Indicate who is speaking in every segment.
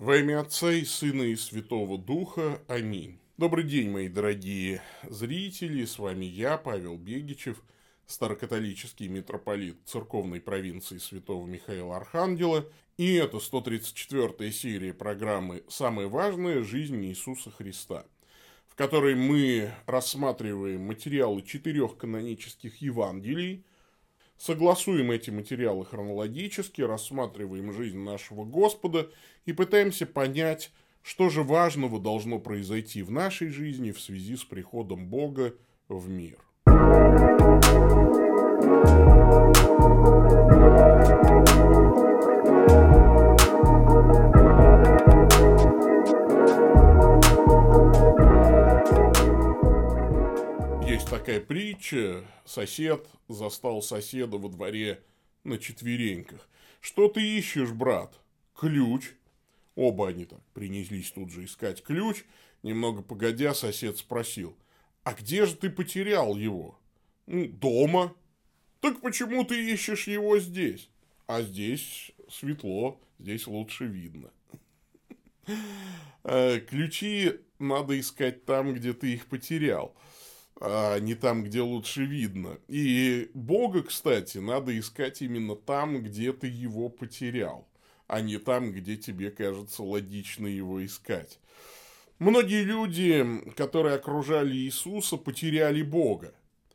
Speaker 1: Во имя Отца и Сына и Святого Духа. Аминь. Добрый день, мои дорогие зрители. С вами я, Павел Бегичев, старокатолический митрополит церковной провинции Святого Михаила Архангела. И это 134-я серия программы «Самое важное. Жизнь Иисуса Христа», в которой мы рассматриваем материалы 4 канонических Евангелий, согласуем эти материалы хронологически, рассматриваем жизнь нашего Господа и пытаемся понять, что же важного должно произойти в нашей жизни в связи с приходом Бога в мир. Есть такая притча: сосед застал соседа во дворе на четвереньках. «Что ты ищешь, брат?» «Ключ». Оба они так принялись тут же искать ключ. Немного погодя, сосед спросил: «А где же ты потерял его?» «Дома». «Так почему ты ищешь его здесь?» «А здесь светло, здесь лучше видно». Ключи надо искать там, где ты их потерял, а не там, где лучше видно. И Бога, кстати, надо искать именно там, где ты его потерял, а не там, где тебе кажется логично его искать. Многие люди, которые окружали Иисуса, потеряли Бога.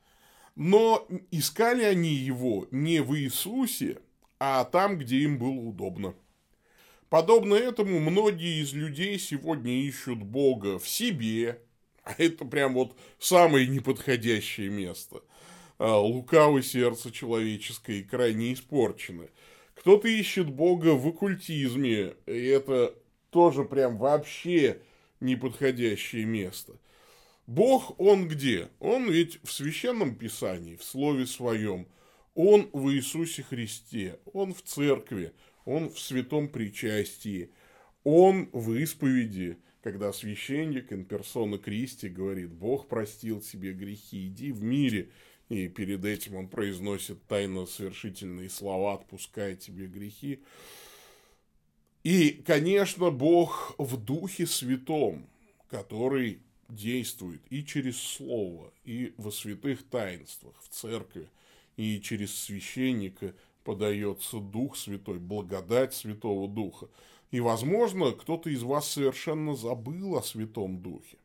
Speaker 1: Но искали они его не в Иисусе, а там, где им было удобно. Подобно этому многие из людей сегодня ищут Бога в себе, а это прям вот самое неподходящее место. Лукавое сердце человеческое и крайне испорчено. Кто-то ищет Бога в оккультизме, и это тоже прям вообще неподходящее место. Бог, Он где? Он ведь в Священном Писании, в Слове Своем. Он в Иисусе Христе, Он в Церкви, Он в Святом Причастии, Он в исповеди, когда священник in persona Christi говорит: «Бог простил тебе грехи, иди в мире». И перед этим он произносит тайно-совершительные слова: «Отпускай тебе грехи». И, конечно, Бог в Духе Святом, который действует и через Слово, и во святых таинствах, в церкви, и через священника подается Дух Святой, благодать Святого Духа. И, возможно, кто-то из вас совершенно забыл о Святом Духе.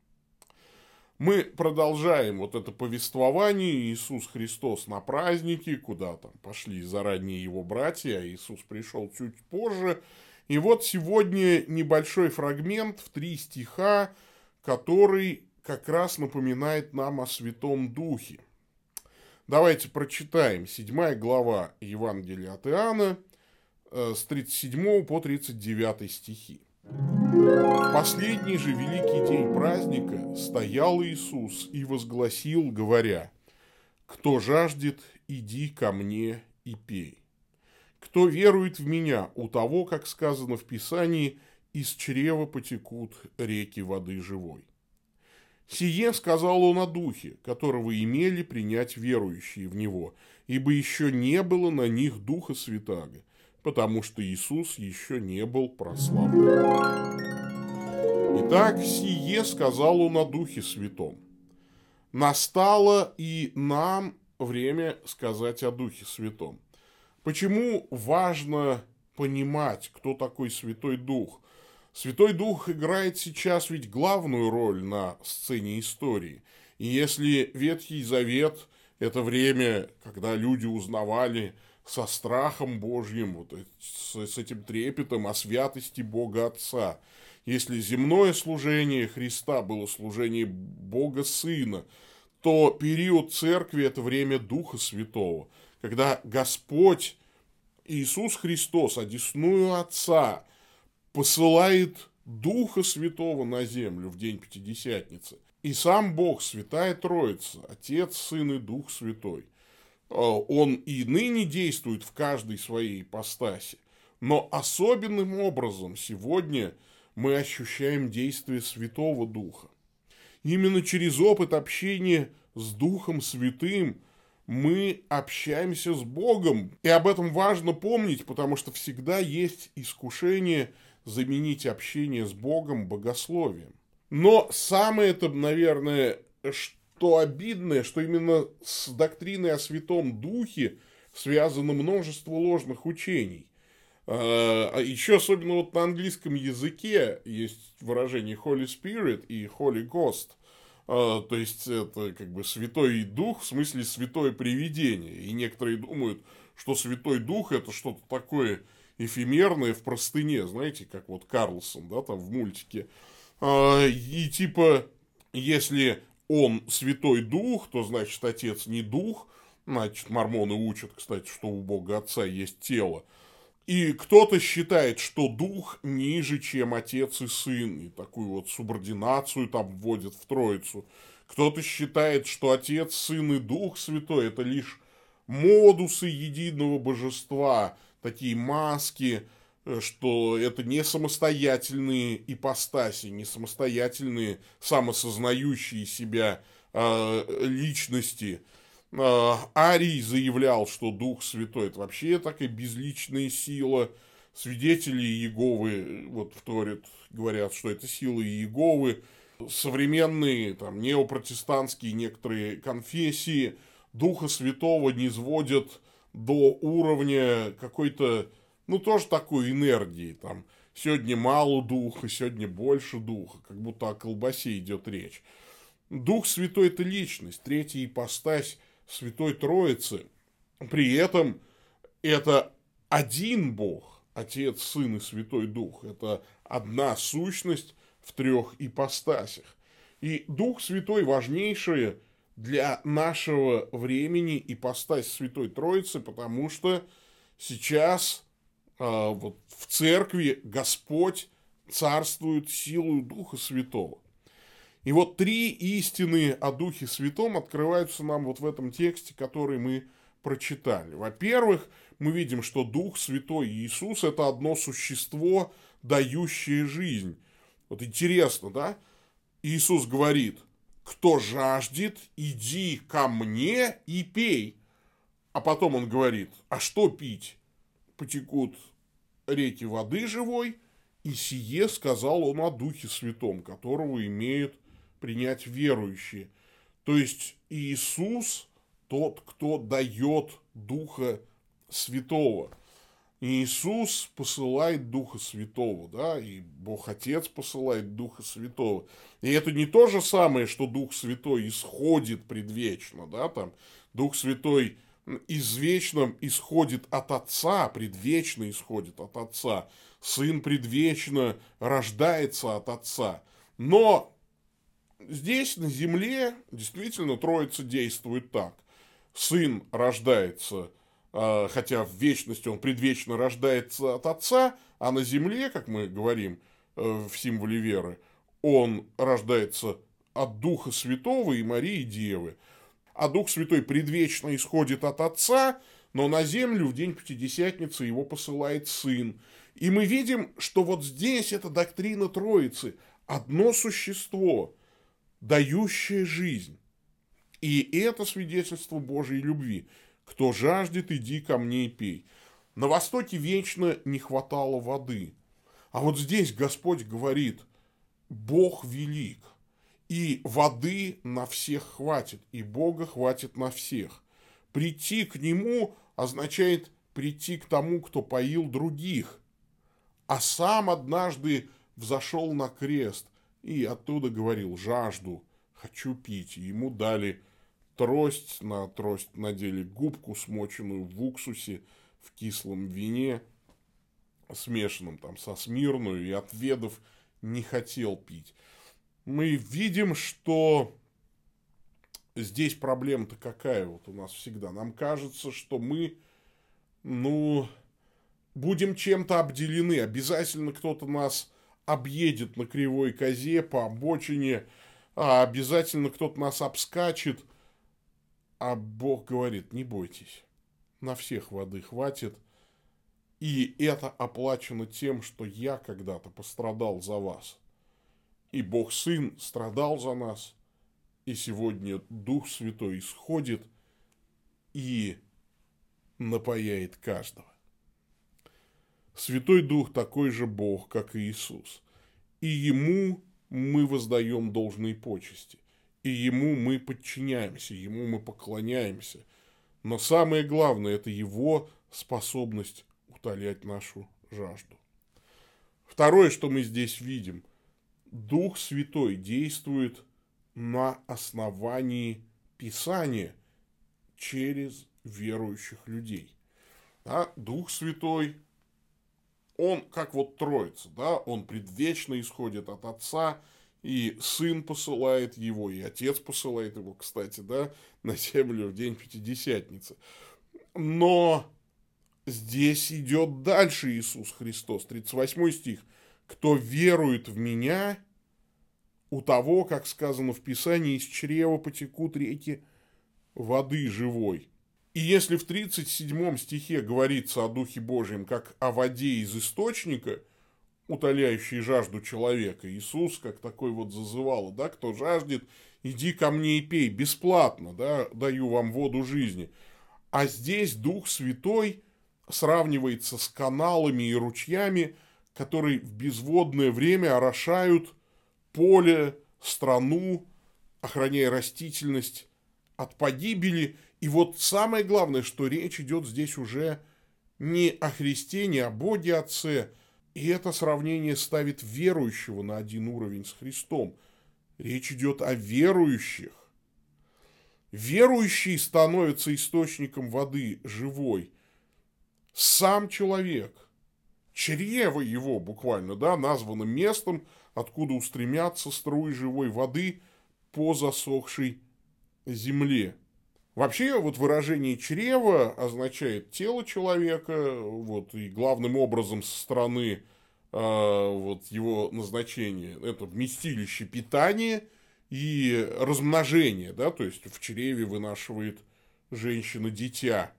Speaker 1: Мы продолжаем вот это повествование. Иисус Христос на празднике, куда там пошли заранее его братья, а Иисус пришел чуть позже. И вот сегодня небольшой фрагмент в 3 стиха, который как раз напоминает нам о Святом Духе. Давайте прочитаем 7 глава Евангелия от Иоанна с 37 по 39 стихи. «В последний же великий день праздника стоял Иисус и возгласил, говоря: «Кто жаждет, иди ко мне и пей. Кто верует в меня, у того, как сказано в Писании, из чрева потекут реки воды живой». Сие сказал он о Духе, которого имели принять верующие в него, ибо еще не было на них Духа Святаго, потому что Иисус еще не был прославлен. Итак, сие сказал он о Духе Святом. Настало и нам время сказать о Духе Святом. Почему важно понимать, кто такой Святой Дух? Святой Дух играет сейчас ведь главную роль на сцене истории. И если Ветхий Завет – это время, когда люди узнавали со страхом Божьим, вот с этим трепетом о святости Бога Отца, если земное служение Христа было служение Бога Сына, то период Церкви – это время Духа Святого, когда Господь Иисус Христос, одесную Отца, посылает Духа Святого на землю в день Пятидесятницы. И сам Бог, Святая Троица, Отец, Сын и Дух Святой, Он и ныне действует в каждой своей ипостаси. Но особенным образом сегодня мы ощущаем действие Святого Духа. Именно через опыт общения с Духом Святым мы общаемся с Богом. И об этом важно помнить, потому что всегда есть искушение заменить общение с Богом богословием. Но самое это, наверное, что обидное, что именно с доктриной о Святом Духе связано множество ложных учений. А еще особенно вот на английском языке есть выражение Holy Spirit и Holy Ghost. То есть это как бы Святой Дух, в смысле святое привидение. И некоторые думают, что Святой Дух это что-то такое эфемерное в простыне, знаете, как вот Карлсон, да, там в мультике. И типа, если он Святой Дух, то значит Отец не Дух. Значит, мормоны учат, кстати, что у Бога Отца есть тело. И кто-то считает, что Дух ниже, чем Отец и Сын, и такую вот субординацию там вводит в Троицу. Кто-то считает, что Отец, Сын и Дух Святой – это лишь модусы единого божества, такие маски, что это не самостоятельные ипостаси, не самостоятельные, самосознающие себя личности. Арий заявлял, что Дух Святой – это вообще такая безличная сила. Свидетели Иеговы вот вторят, говорят, что это сила Иеговы. Современные там, неопротестантские некоторые конфессии Духа Святого низводят до уровня какой-то, ну, тоже такой энергии. Там, сегодня мало духа, сегодня больше духа, как будто о колбасе идет речь. Дух Святой – это личность, третья ипостась Святой Троицы. При этом это один Бог, Отец, Сын и Святой Дух. Это одна сущность в трех ипостасях. И Дух Святой важнейшая для нашего времени ипостась Святой Троицы, потому что сейчас вот в церкви Господь царствует силой Духа Святого. И вот три истины о Духе Святом открываются нам вот в этом тексте, который мы прочитали. Во-первых, мы видим, что Дух Святой и Иисус – это одно существо, дающее жизнь. Вот интересно, да? Иисус говорит: кто жаждет, иди ко мне и пей. А потом он говорит: а что пить? Потекут реки воды живой, и сие сказал он о Духе Святом, которого имеют принять верующие. То есть Иисус тот, кто дает Духа Святого. Иисус посылает Духа Святого, да, и Бог Отец посылает Духа Святого. И это не то же самое, что Дух Святой исходит предвечно, да, там Дух Святой извечно исходит от Отца, предвечно исходит от Отца. Сын предвечно рождается от Отца. Но здесь, на земле, действительно, Троица действует так. Сын рождается, хотя в вечности он предвечно рождается от Отца, а на земле, как мы говорим в символе веры, он рождается от Духа Святого и Марии Девы. А Дух Святой предвечно исходит от Отца, но на землю в день Пятидесятницы его посылает Сын. И мы видим, что вот здесь эта доктрина Троицы. Одно существо, дающее жизнь. И это свидетельство Божьей любви. Кто жаждет, иди ко мне и пей. На Востоке вечно не хватало воды. А вот здесь Господь говорит: Бог велик. И воды на всех хватит, и Бога хватит на всех. Прийти к Нему означает прийти к тому, кто поил других. А сам однажды взошел на крест и оттуда говорил: жажду, хочу пить. И ему дали трость, на трость надели губку, смоченную в уксусе, в кислом вине, смешанном там со смирною, и отведав не хотел пить. Мы видим, что здесь проблема-то какая вот у нас всегда. Нам кажется, что мы, будем чем-то обделены. Обязательно кто-то нас объедет на кривой козе по обочине, а обязательно кто-то нас обскачет. А Бог говорит: не бойтесь, на всех воды хватит. И это оплачено тем, что я когда-то пострадал за вас. И Бог Сын страдал за нас, и сегодня Дух Святой исходит и напояет каждого. Святой Дух такой же Бог, как и Иисус. И Ему мы воздаем должные почести. И Ему мы подчиняемся, Ему мы поклоняемся. Но самое главное – это Его способность утолять нашу жажду. Второе, что мы здесь видим. Дух Святой действует на основании Писания через верующих людей. Да? Дух Святой, он как вот Троица, да? Он предвечно исходит от Отца, и Сын посылает его, и Отец посылает его, кстати, да, на землю в день Пятидесятницы. Но здесь идет дальше Иисус Христос, 38 стих. «Кто верует в Меня, у того, как сказано в Писании, из чрева потекут реки воды живой». И если в 37 стихе говорится о Духе Божьем как о воде из источника, утоляющей жажду человека, Иисус как такой вот зазывал, да, кто жаждет, иди ко мне и пей, бесплатно, да, даю вам воду жизни. А здесь Дух Святой сравнивается с каналами и ручьями, которые в безводное время орошают поле, страну, охраняя растительность от погибели. И вот самое главное, что речь идет здесь уже не о Христе, не о Боге Отце. И это сравнение ставит верующего на один уровень с Христом. Речь идет о верующих. Верующий становится источником воды живой. Сам человек, чрево его буквально, да, названо местом, откуда устремятся струи живой воды по засохшей земле. Вообще, вот выражение чрево означает тело человека, вот, и главным образом со стороны вот, его назначения это вместилище питания и размножение, да, то есть в чреве вынашивает женщина дитя.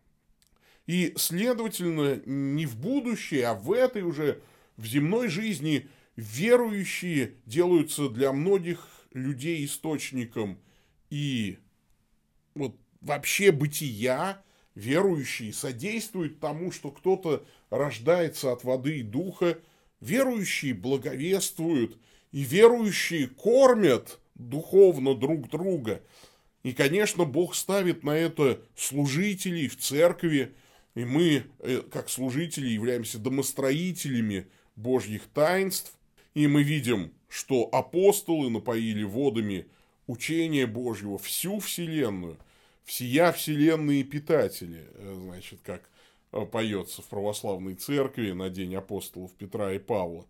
Speaker 1: И, следовательно, не в будущее, а в этой уже, в земной жизни верующие делаются для многих людей источником и вот вообще бытия. Верующие содействуют тому, что кто-то рождается от воды и духа. Верующие благовествуют, и верующие кормят духовно друг друга. И, конечно, Бог ставит на это служителей в церкви, и мы, как служители, являемся домостроителями Божьих таинств. И мы видим, что апостолы напоили водами учения Божьего всю вселенную, всея вселенные питатели, значит, как поется в православной церкви на день апостолов Петра и Павла.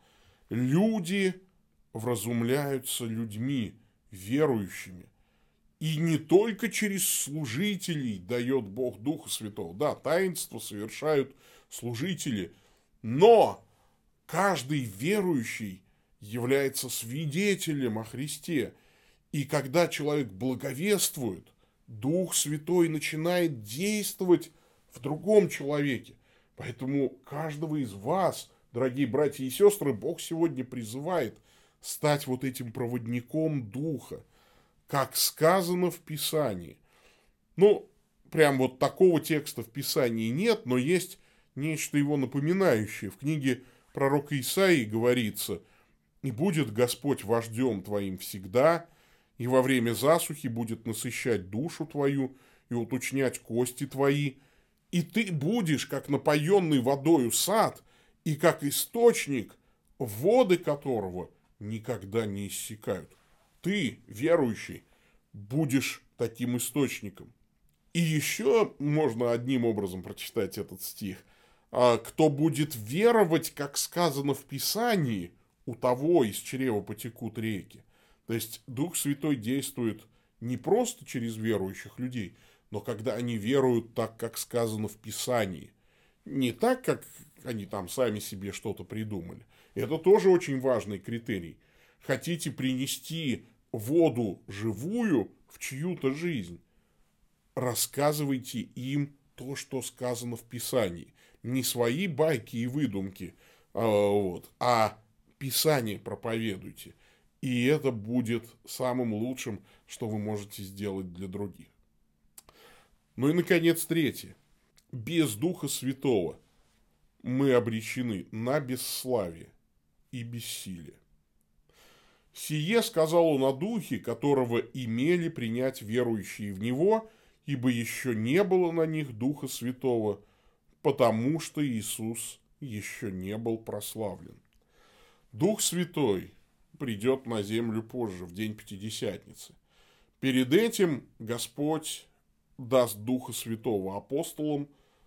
Speaker 1: Люди вразумляются людьми, верующими. И не только через служителей дает Бог Духа Святого. Да, таинство совершают служители, но каждый верующий является свидетелем о Христе. И когда человек благовествует, Дух Святой начинает действовать в другом человеке. Поэтому каждого из вас, дорогие братья и сестры, Бог сегодня призывает стать вот этим проводником Духа, как сказано в Писании. Ну, прям вот такого текста в Писании нет, но есть нечто его напоминающее. В книге пророка Исаии говорится: «И будет Господь вождем твоим всегда, и во время засухи будет насыщать душу твою и уточнять кости твои, и ты будешь, как напоенный водою сад, и как источник, воды которого никогда не иссякают». Ты, верующий, будешь таким источником. И еще можно одним образом прочитать этот стих. «Кто будет веровать, как сказано в Писании, у того из чрева потекут реки». То есть Дух Святой действует не просто через верующих людей, но когда они веруют так, как сказано в Писании. Не так, как они там сами себе что-то придумали. Это тоже очень важный критерий. Хотите принести воду живую в чью-то жизнь, рассказывайте им то, что сказано в Писании. Не свои байки и выдумки, а Писание проповедуйте. И это будет самым лучшим, что вы можете сделать для других. Ну и, наконец, третье. Без Духа Святого мы обречены на бесславие и бессилие. «Сие сказал он о Духе, которого имели принять верующие в Него, ибо еще не было на них Духа Святого, потому что Иисус еще не был прославлен». Дух Святой придет на землю позже, в день Пятидесятницы. Перед этим Господь даст Духа Святого апостолам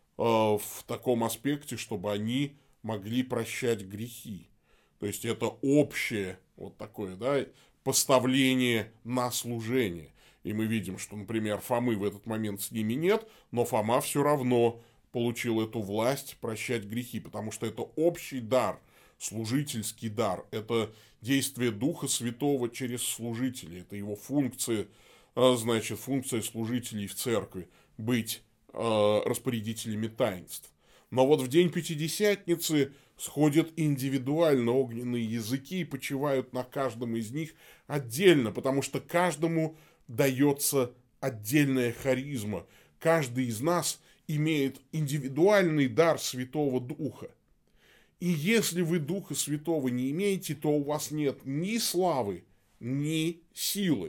Speaker 1: в таком аспекте, чтобы они могли прощать грехи. То есть это общее вот такое, да, поставление на служение. И мы видим, что, например, Фомы в этот момент с ними нет, но Фома все равно получил эту власть прощать грехи, потому что это общий дар, служительский дар. Это действие Духа Святого через служителей. Это его функция, значит, функция служителей в церкви. Быть распорядителями таинств. Но вот в день Пятидесятницы сходят индивидуально огненные языки и почивают на каждом из них отдельно, потому что каждому дается отдельная харизма. Каждый из нас имеет индивидуальный дар Святого Духа. И если вы Духа Святого не имеете, то у вас нет ни славы, ни силы.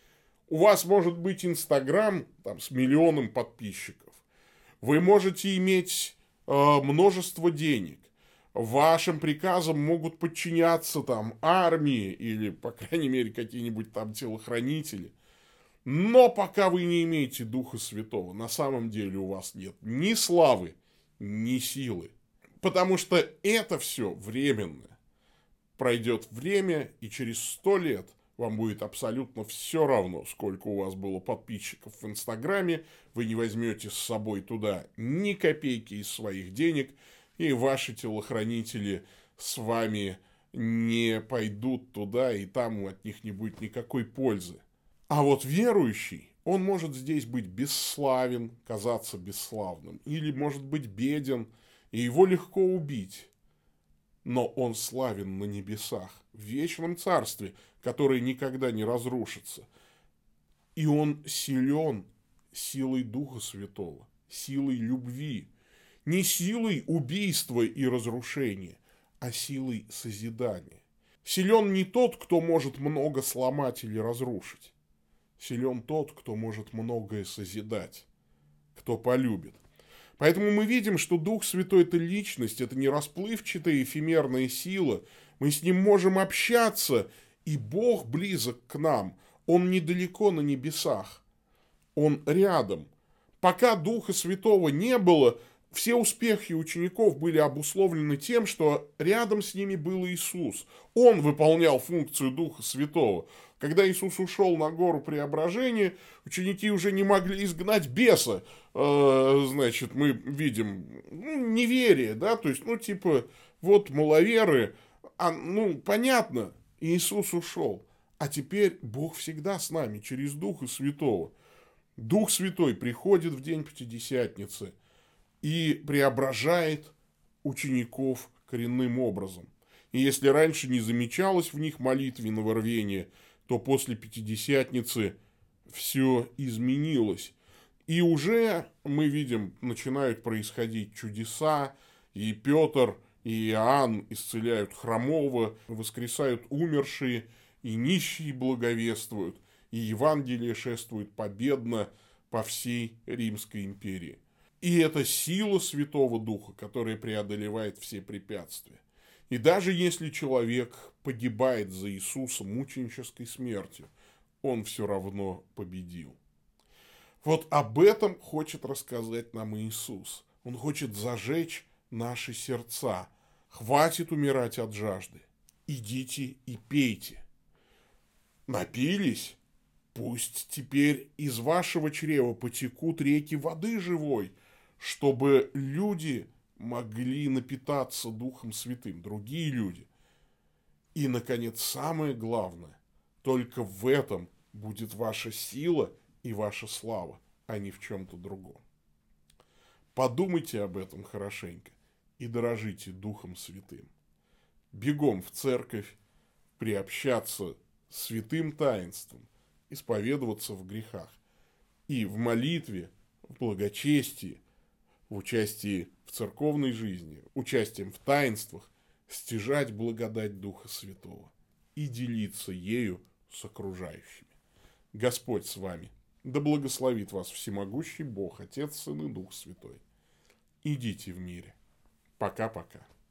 Speaker 1: У вас может быть Инстаграм там, с миллионом подписчиков. Вы можете иметь множество денег. Вашим приказам могут подчиняться там армии или, по крайней мере, какие-нибудь там телохранители. Но пока вы не имеете Духа Святого, на самом деле у вас нет ни славы, ни силы. Потому что это все временно. Пройдет время, и через 100 лет вам будет абсолютно все равно, сколько у вас было подписчиков в Инстаграме, вы не возьмете с собой туда ни копейки из своих денег, и ваши телохранители с вами не пойдут туда, и там от них не будет никакой пользы. А вот верующий, он может здесь быть бесславен, казаться бесславным, или может быть беден, и его легко убить. Но он славен на небесах, в вечном царстве, которое никогда не разрушится. И он силен силой Духа Святого, силой любви. Не силой убийства и разрушения, а силой созидания. Силен не тот, кто может много сломать или разрушить. Силен тот, кто может многое созидать, кто полюбит. Поэтому мы видим, что Дух Святой – это личность, это не расплывчатая эфемерная сила. Мы с Ним можем общаться, и Бог близок к нам. Он недалеко на небесах. Он рядом. Пока Духа Святого не было, все успехи учеников были обусловлены тем, что рядом с ними был Иисус. Он выполнял функцию Духа Святого. Когда Иисус ушел на гору Преображения, ученики уже не могли изгнать беса. Значит, мы видим неверие, да, то есть, вот маловеры, понятно, Иисус ушел. А теперь Бог всегда с нами через Духа Святого. Дух Святой приходит в день Пятидесятницы и преображает учеников коренным образом. И если раньше не замечалось в них молитвенного рвения, то после Пятидесятницы все изменилось. И уже, мы видим, начинают происходить чудеса, и Петр, и Иоанн исцеляют хромого, воскресают умершие, и нищие благовествуют, и Евангелие шествует победно по всей Римской империи. И это сила Святого Духа, которая преодолевает все препятствия. И даже если человек погибает за Иисуса мученической смертью, он все равно победил. Вот об этом хочет рассказать нам Иисус. Он хочет зажечь наши сердца. Хватит умирать от жажды. Идите и пейте. Напились? Пусть теперь из вашего чрева потекут реки воды живой, чтобы люди могли напитаться Духом Святым, другие люди. И, наконец, самое главное, только в этом будет ваша сила и ваша слава, а не в чем-то другом. Подумайте об этом хорошенько и дорожите Духом Святым. Бегом в церковь, приобщаться святым таинством, исповедоваться в грехах и в молитве, в благочестии, в участии в церковной жизни, участием в таинствах, стяжать благодать Духа Святого и делиться ею с окружающими. Господь с вами. Да благословит вас всемогущий Бог, Отец, Сын и Дух Святой. Идите в мире. Пока-пока.